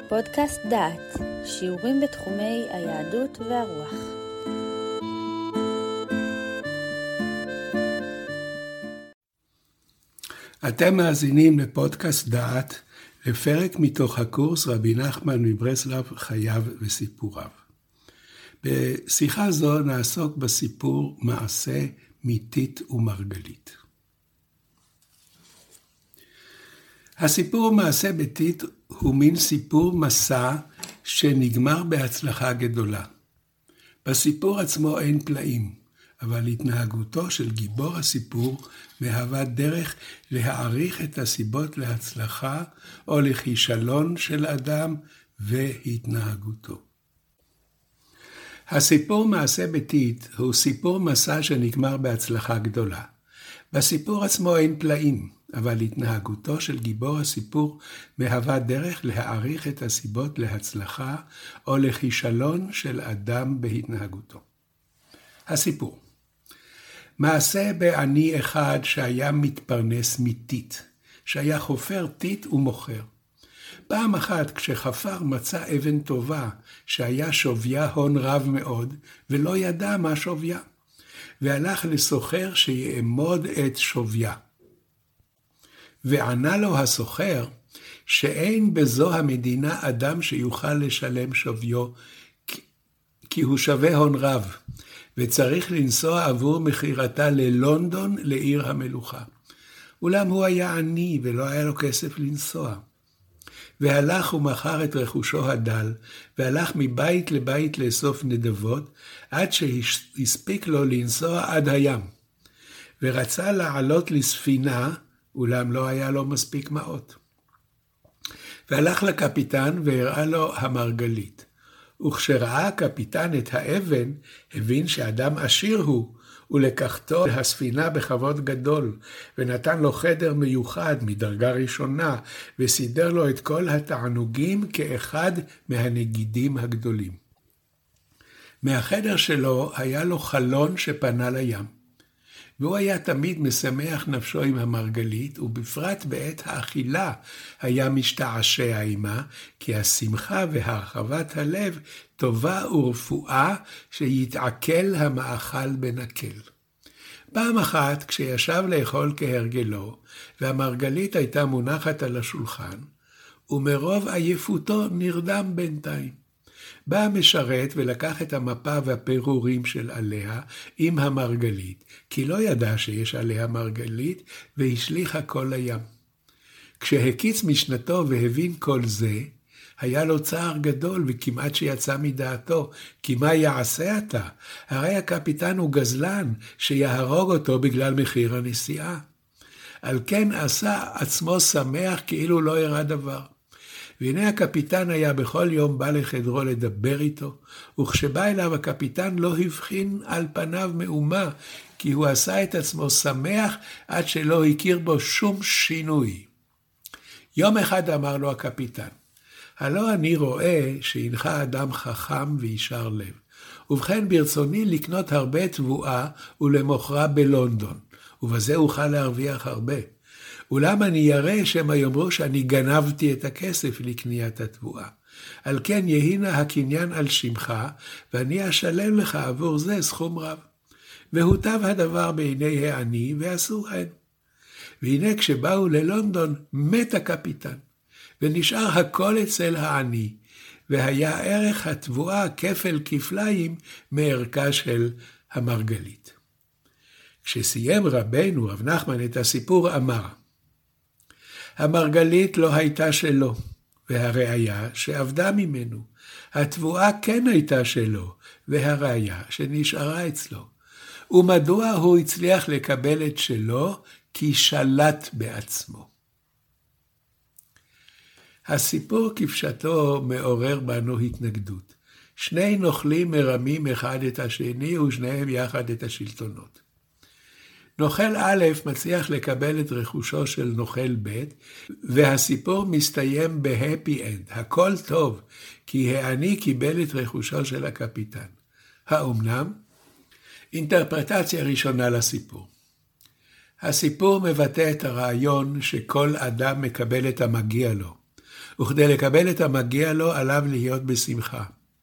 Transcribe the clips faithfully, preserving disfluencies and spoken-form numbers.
פודקאסט דעת, שיעורים בתחומי היהדות והרוח. אתם מאזינים לפודקאסט דעת, לפרק מתוך הקורס רבי נחמן מברסלב, חייו וסיפוריו. בשיחה זו נעסוק בסיפור מעשה מיתית ומרגלית. הסיפור מעשה ביתית הוא מין סיפור מסע שנגמר בהצלחה גדולה. בסיפור עצמו אין פלאים, אבל התנהגותו של גיבור הסיפור מהווה דרך להעריך את הסיבות להצלחה או לכישלון של אדם והתנהגותו. הסיפור מעשה ביתית הוא סיפור מסע שנגמר בהצלחה גדולה. בסיפור עצמו אין פלאים, אבל התנהגותו של גיבור הסיפור מהווה דרך להעריך את הסיבות להצלחה או לכישלון של אדם בהתנהגותו. הסיפור. מעשה בעני אחד שהיה מתפרנס מתית, שהיה חופר תית ומוכר. פעם אחת כשחפר מצא אבן טובה שהיה שוויה הון רב מאוד ולא ידע מה שוויה, והלך לסוחר שיאמוד את שוויה. וענה לו הסוחר שאין בזו המדינה אדם שיוכל לשלם שוויו, כי הוא שווה הון רב, וצריך לנסוע עבור מחירתה ללונדון, לעיר המלוכה. אולם הוא היה עני ולא היה לו כסף לנסוע. והלך ומכר את רכושו הדל, והלך מבית לבית לאסוף נדבות, עד שהספיק לו לנסוע עד הים. ורצה לעלות לספינה, אולם לא היה לו מספיק מעות. והלך לקפיטן והראה לו המרגלית. וכשראה הקפיטן את האבן, הבין שאדם עשיר הוא, ולקחתו הספינה בכבוד גדול, ונתן לו חדר מיוחד מדרגה ראשונה, וסידר לו את כל התענוגים כאחד מהנגידים הגדולים. מהחדר שלו היה לו חלון שפנה לים. והוא היה תמיד משמח נפשו עם המרגלית, ובפרט בעת האכילה היה משתעשע עימה, כי השמחה והרחבת הלב טובה ורפואה שיתעכל המאכל בנקל. פעם אחת כשישב לאכול כהרגלו, והמרגלית הייתה מונחת על השולחן, ומרוב עייפותו נרדם בינתיים. בא המשרת ולקח את המפה והפירורים של עליה עם המרגלית, כי לא ידע שיש עליה מרגלית, והשליך הכל לים. כשהקיץ משנתו והבין כל זה, היה לו צער גדול וכמעט שיצא מדעתו, כי מה יעשה אתה? הרי הקפיטן הוא גזלן שיהרוג אותו בגלל מחיר הנסיעה. על כן עשה עצמו שמח כאילו לא יראה דבר. והנה הקפיטן היה בכל יום בא לחדרו לדבר איתו, וכשבא אליו הקפיטן לא הבחין על פניו מאומה, כי הוא עשה את עצמו שמח עד שלא הכיר בו שום שינוי. יום אחד אמר לו הקפיטן, הלא אני רואה שהנך אדם חכם וישר לב, ובכן ברצוני לקנות הרבה תבואה ולמוכרה בלונדון, ובזה אוכל להרוויח הרבה. אולם אני ירא שמה יאמרו שאני גנבתי את הכסף לקניית התבואה. על כן יהינה הקניין על שמך, ואני אשלם לך עבור זה סכום רב. והוטב הדבר בעיני העני, ועשו הן. והנה כשבאו ללונדון, מת הקפיטן, ונשאר הכל אצל העני, והיה ערך התבואה כפל כפליים מערכה של המרגלית. כשסיים רבנו, רב נחמן, את הסיפור אמר, המרגלית לא הייתה שלו, והראיה שעבדה ממנו. התבואה כן הייתה שלו, והראיה שנשארה אצלו. ומדוע הוא הצליח לקבל את שלו? כי שלט בעצמו. הסיפור כפשטו מעורר בנו התנגדות. שני נוכלים מרמים אחד את השני, ושניהם יחד את השלטונות. נוכל א' מצליח לקבל את רכושו של נוכל ב', והסיפור מסתיים בהפי אנד, הכל טוב, כי העני קיבל את רכושו של הקפיטן. האומנם? אינטרפרטציה ראשונה לסיפור. הסיפור מבטא את הרעיון שכל אדם מקבל את המגיע לו, וכדי לקבל את המגיע לו עליו להיות בשמחה.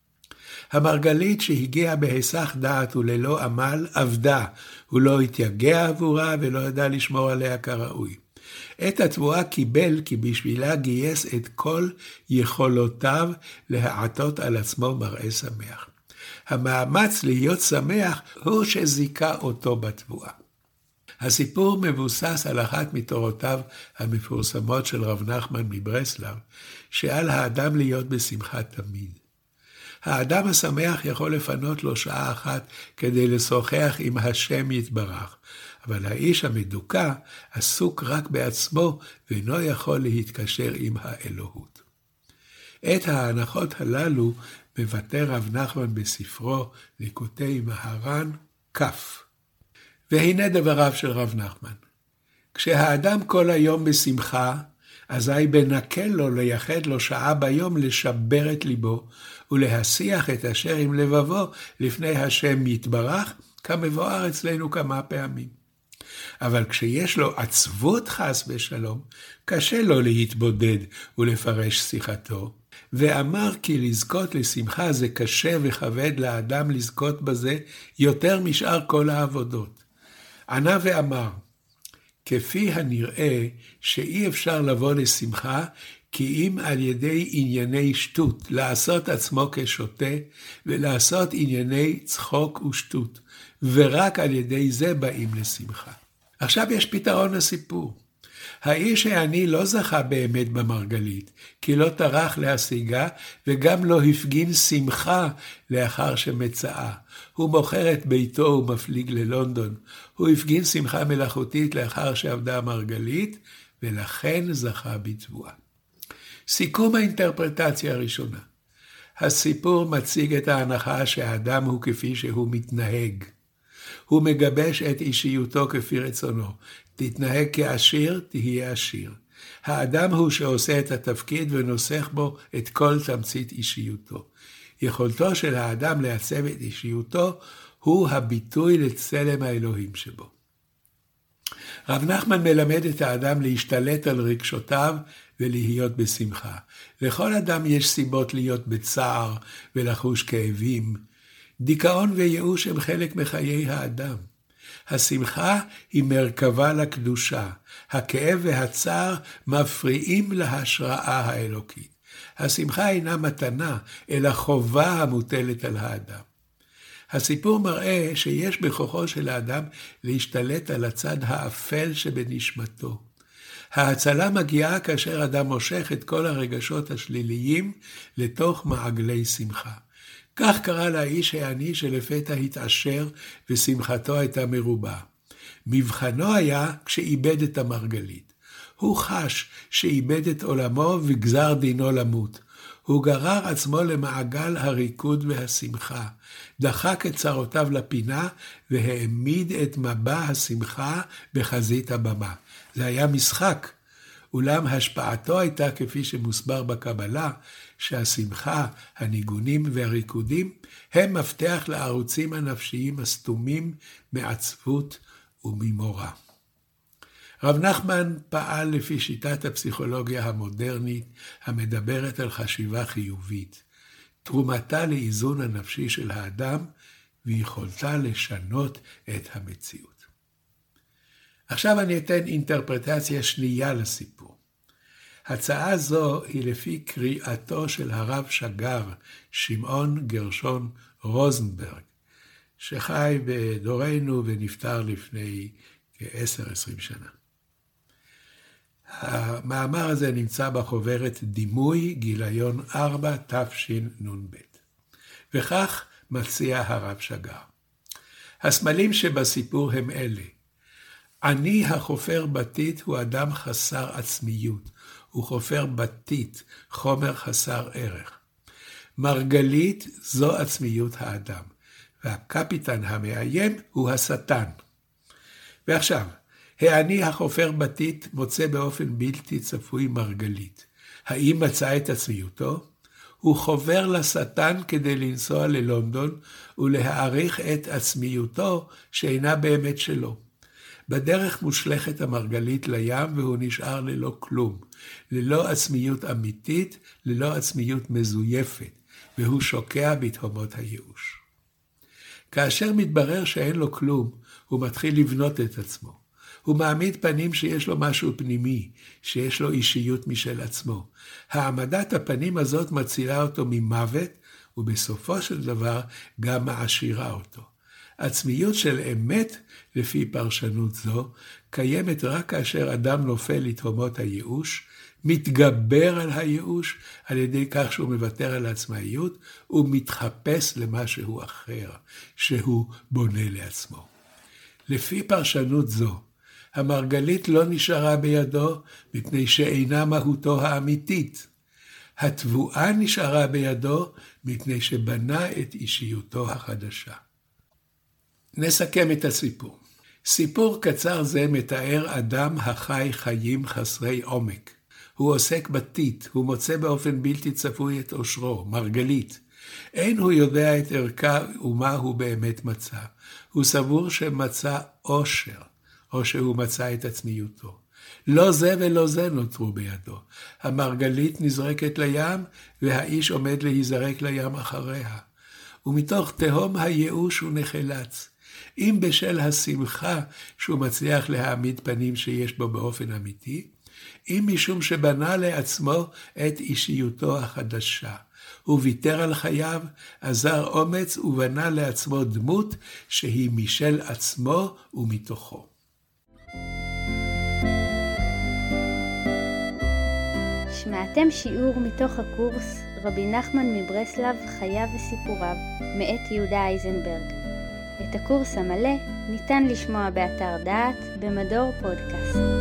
המרגלית שהגיעה בהיסח דעת וללא עמל עבדה, הוא לא התייגע עבורה ולא ידע לשמור עליה כראוי. את התבואה קיבל כי בשבילה גייס את כל יכולותיו להעטות על עצמו מראה שמח. המאמץ להיות שמח הוא שזיכה אותו בתבואה. הסיפור מבוסס על אחת מתורותיו המפורסמות של רב נחמן מברסלב, שעל האדם להיות בשמחה תמיד. האדם השמח יכול לפנות לו שעה אחת כדי לשוחח עם השם יתברך, אבל האיש המדוכא עסוק רק בעצמו ואינו יכול להתקשר עם האלוהות. את ההנחות הללו מבטא רב נחמן בספרו ליקוטי מהר"ן כף. והנה דבריו של רב נחמן. כשהאדם כל היום בשמחה, אזי בנקל לו לייחד לו שעה ביום לשבר את ליבו, ולהשיח את אשר עם לבבו לפני השם יתברך, כמבואר אצלנו כמה פעמים. אבל כשיש לו עצבות חס ושלום, קשה לו להתבודד ולפרש שיחתו, ואמר כי לזכות לשמחה זה קשה וכבד לאדם לזכות בזה יותר משאר כל העבודות. ענה ואמר, כפי הנראה שאי אפשר לבוא לשמחה, כי אם על ידי ענייני שטות, לעשות עצמו כשוטה, ולעשות ענייני צחוק ושטות, ורק על ידי זה באים לשמחה. עכשיו יש פתרון לסיפור. האיש העני לא זכה באמת במרגלית, כי לא טרח להשיגה, וגם לא הפגין שמחה לאחר שמצאה. הוא מוכר את ביתו ומפליג ללונדון. הוא הפגין שמחה מלאכותית לאחר שעבדה המרגלית, ולכן זכה בתבואה. סיכום האינטרפרטציה הראשונה. הסיפור מציג את ההנחה שהאדם הוא כפי שהוא מתנהג. הוא מגבש את אישיותו כפי רצונו. תתנהג כעשיר, תהיה עשיר. האדם הוא שעושה את התפקיד ונוסח בו את כל תמצית אישיותו. יכולתו של האדם לעצב את אישיותו הוא הביטוי לצלם האלוהים שבו. רב נחמן מלמד את האדם להשתלט על רגשותיו ולהיות בשמחה. לכל אדם יש סיבות להיות בצער ולחוש כאבים. דיכאון וייאוש הם חלק מחיי האדם. השמחה היא מרכבה לקדושה. הכאב והצער מפריעים להשראה האלוקית. השמחה אינה מתנה, אלא חובה המוטלת על האדם. הסיפור מראה שיש בכוחו של האדם להשתלט על הצד האפל שבנשמתו. ההצלה מגיעה כאשר אדם מושך את כל הרגשות השליליים לתוך מעגלי שמחה. כך קרה לאיש העני שלפתע התעשר ושמחתו הייתה מרובה. מבחנו היה כשאיבד את המרגלית. הוא חש שאיבד את עולמו וגזר דינו למות. הוא גרר עצמו למעגל הריקוד והשמחה, דחק את צרותיו לפינה והעמיד את מבע השמחה בחזית הבמה. זה היה משחק, אולם השפעתו הייתה כפי שמוסבר בקבלה, שהשמחה, הניגונים והריקודים הם מפתח לערוצים הנפשיים הסתומים מעצבות וממורא. רב נחמן פעל לפי שיטת הפסיכולוגיה המודרנית המדברת על חשיבה חיובית, תרומתה לאיזון הנפשי של האדם ויכולתה לשנות את המציאות. עכשיו אני אתן אינטרפרטציה שנייה לסיפור. הצעה זו היא לפי קריאתו של הרב שגר, שמעון גרשון רוזנברג, שחי בדורנו ונפטר לפני כ-עשר עשרים שנה. המאמר הזה נמצא בחוברת דימוי גיליון ארבע תשנ"ב. וכך מציע הרב שגר. הסמלים שבסיפור הם אלה. עני החופר בתית הוא אדם חסר עצמיות. הוא חופר בתית, חומר חסר ערך. מרגלית זו עצמיות האדם. והקפיטן המאיים הוא השטן. ועכשיו, העני החופר בתית מוצא באופן בלתי צפוי מרגלית. האם מצא את עצמיותו? הוא חובר לשטן כדי לנסוע ללונדון ולהעריך את עצמיותו שאינה באמת שלו. בדרך מושלכת המרגלית לים והוא נשאר ללא כלום, ללא עצמיות אמיתית, ללא עצמיות מזויפת, והוא שוקע בתהומות הייאוש. כאשר מתברר שאין לו כלום, הוא מתחיל לבנות את עצמו. הוא מעמיד פנים שיש לו משהו פנימי, שיש לו אישיות משל עצמו. העמדת הפנים הזאת מצילה אותו ממוות, ובסופו של דבר גם מעשירה אותו. עצמיות של אמת, לפי פרשנות זו, קיימת רק כאשר אדם נופל לתהומות הייאוש, מתגבר על הייאוש על ידי כך שהוא מוותר על העצמאיות, ומתחפש למשהו אחר, שהוא בונה לעצמו. לפי פרשנות זו, המרגלית לא נשארה בידו מפני שאינה מהותו האמיתית. התבואה נשארה בידו מפני שבנה את אישיותו החדשה. נסכם את הסיפור. סיפור קצר זה מתאר אדם החי חיים חסרי עומק. הוא עוסק בתית, הוא מוצא באופן בלתי צפוי את אושרו, מרגלית. אין הוא יודע את ערכה ומה הוא באמת מצא. הוא סבור שמצא אושר, או שהוא מצא את עצמיותו. לא זה ולא זה נותרו בידו. המרגלית נזרקת לים, והאיש עומד להיזרק לים אחריה. ומתוך תהום הייאוש הוא נחלץ. אם בשל השמחה שהוא מצליח להעמיד פנים שיש בו באופן אמיתי, אם משום שבנה לעצמו את אישיותו החדשה. הוא ויתר על חייו, עזר אומץ ובנה לעצמו דמות שהיא משל עצמו ומתוכו. שמעתם שיעור מתוך הקורס רבי נחמן מברסלב חייו וסיפוריו מאת יהודה אייזנברג. את הקורס המלא ניתן לשמוע באתר דעת במדור פודקאסט.